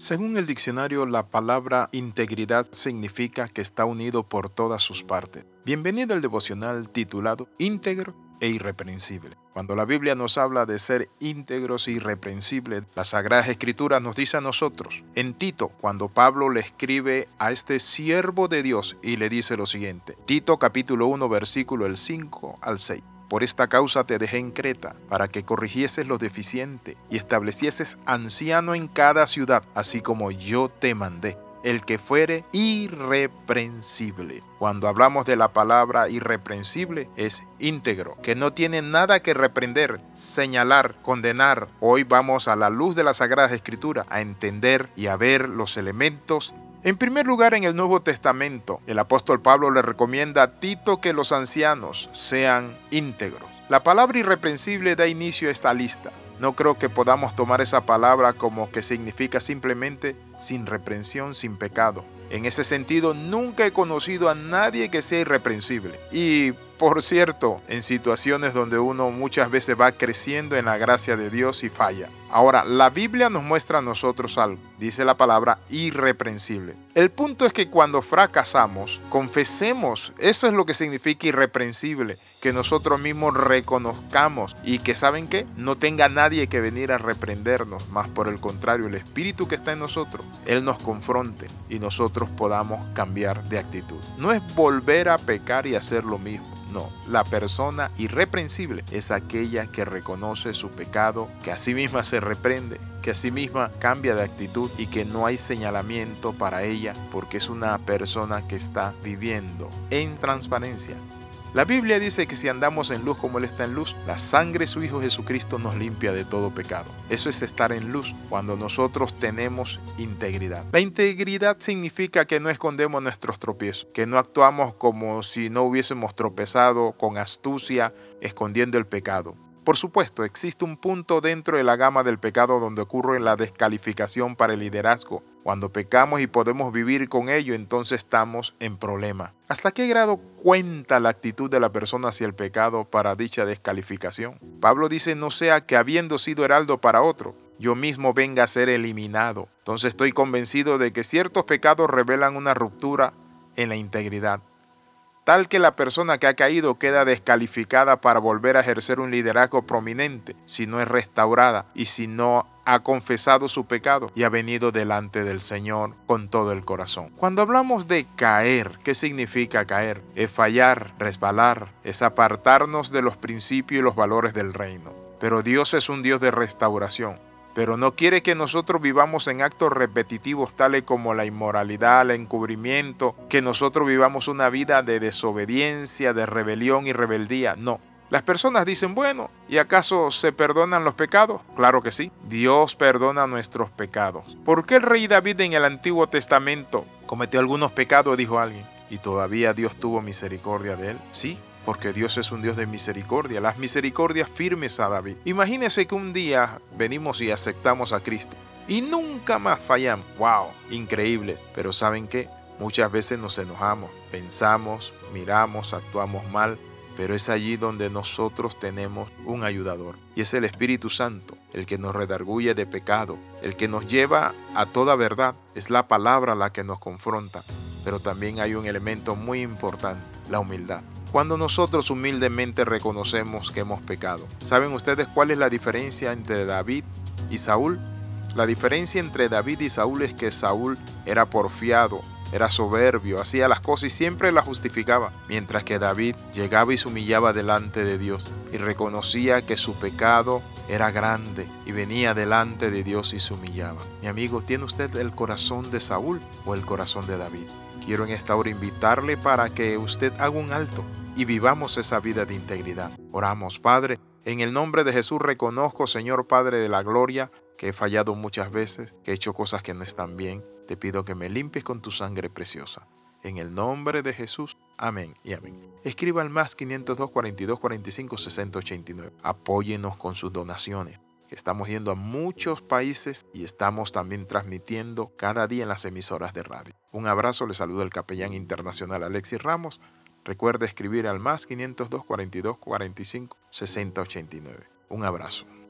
Según el diccionario, la palabra integridad significa que está unido por todas sus partes. Bienvenido al devocional titulado Íntegro e Irreprensible. Cuando la Biblia nos habla de ser íntegros e irreprensibles, las Sagradas Escrituras nos dice a nosotros, en Tito, cuando Pablo le escribe a este siervo de Dios y le dice lo siguiente, Tito capítulo 1 versículo del 5 al 6. Por esta causa te dejé en Creta, para que corrigieses lo deficiente y establecieses anciano en cada ciudad, así como yo te mandé, el que fuere irreprensible. Cuando hablamos de la palabra irreprensible, es íntegro, que no tiene nada que reprender, señalar, condenar. Hoy vamos a la luz de las Sagradas Escrituras a entender y a ver los elementos. En primer lugar, en el Nuevo Testamento, el apóstol Pablo le recomienda a Tito que los ancianos sean íntegros. La palabra irreprensible da inicio a esta lista. No creo que podamos tomar esa palabra como que significa simplemente sin reprensión, sin pecado. En ese sentido, nunca he conocido a nadie que sea irreprensible. Y, por cierto, en situaciones donde uno muchas veces va creciendo en la gracia de Dios y falla. Ahora, la Biblia nos muestra a nosotros algo. Dice la palabra irreprensible. El punto es que cuando fracasamos, confesemos. Eso es lo que significa irreprensible. Que nosotros mismos reconozcamos y que, ¿saben qué? No tenga nadie que venir a reprendernos. Más por el contrario, el Espíritu que está en nosotros, Él nos confronte y nosotros podamos cambiar de actitud. No es volver a pecar y hacer lo mismo. No, la persona irreprensible es aquella que reconoce su pecado, que a sí misma se reprende, que a sí misma cambia de actitud y que no hay señalamiento para ella porque es una persona que está viviendo en transparencia. La Biblia dice que si andamos en luz como Él está en luz, la sangre de su Hijo Jesucristo nos limpia de todo pecado. Eso es estar en luz cuando nosotros tenemos integridad. La integridad significa que no escondemos nuestros tropiezos, que no actuamos como si no hubiésemos tropezado con astucia, escondiendo el pecado. Por supuesto, existe un punto dentro de la gama del pecado donde ocurre la descalificación para el liderazgo. Cuando pecamos y podemos vivir con ello, entonces estamos en problema. ¿Hasta qué grado cuenta la actitud de la persona hacia el pecado para dicha descalificación? Pablo dice, no sea que habiendo sido heraldo para otro, yo mismo venga a ser eliminado. Entonces estoy convencido de que ciertos pecados revelan una ruptura en la integridad, tal que la persona que ha caído queda descalificada para volver a ejercer un liderazgo prominente si no es restaurada y si no ha confesado su pecado y ha venido delante del Señor con todo el corazón. Cuando hablamos de caer, ¿qué significa caer? Es fallar, resbalar, es apartarnos de los principios y los valores del reino. Pero Dios es un Dios de restauración. Pero no quiere que nosotros vivamos en actos repetitivos tales como la inmoralidad, el encubrimiento, que nosotros vivamos una vida de desobediencia, de rebelión y rebeldía. No. Las personas dicen, bueno, ¿y acaso se perdonan los pecados? Claro que sí. Dios perdona nuestros pecados. ¿Por qué el rey David en el Antiguo Testamento cometió algunos pecados, dijo alguien, y todavía Dios tuvo misericordia de él? Sí. Porque Dios es un Dios de misericordia, las misericordias firmes a David. Imagínense que un día venimos y aceptamos a Cristo y nunca más fallamos. ¡Wow! Increíble. Pero ¿saben qué? Muchas veces nos enojamos, pensamos, miramos, actuamos mal, pero es allí donde nosotros tenemos un ayudador. Y es el Espíritu Santo, el que nos redarguye de pecado, el que nos lleva a toda verdad. Es la palabra la que nos confronta. Pero también hay un elemento muy importante, la humildad. Cuando nosotros humildemente reconocemos que hemos pecado. ¿Saben ustedes cuál es la diferencia entre David y Saúl? La diferencia entre David y Saúl es que Saúl era porfiado, era soberbio, hacía las cosas y siempre las justificaba, mientras que David llegaba y se humillaba delante de Dios y reconocía que su pecado era grande y venía delante de Dios y se humillaba. Mi amigo, ¿tiene usted el corazón de Saúl o el corazón de David? Quiero en esta hora invitarle para que usted haga un alto y vivamos esa vida de integridad. Oramos, Padre, en el nombre de Jesús reconozco, Señor Padre de la gloria, que he fallado muchas veces, que he hecho cosas que no están bien. Te pido que me limpies con tu sangre preciosa. En el nombre de Jesús, amén y amén. Escriba al más 502 42 45 60 89. Apóyenos con sus donaciones. Estamos yendo a muchos países y estamos también transmitiendo cada día en las emisoras de radio. Un abrazo, le saluda el capellán internacional Alexis Ramos. Recuerde escribir al más 502 42 45 60 89. Un abrazo.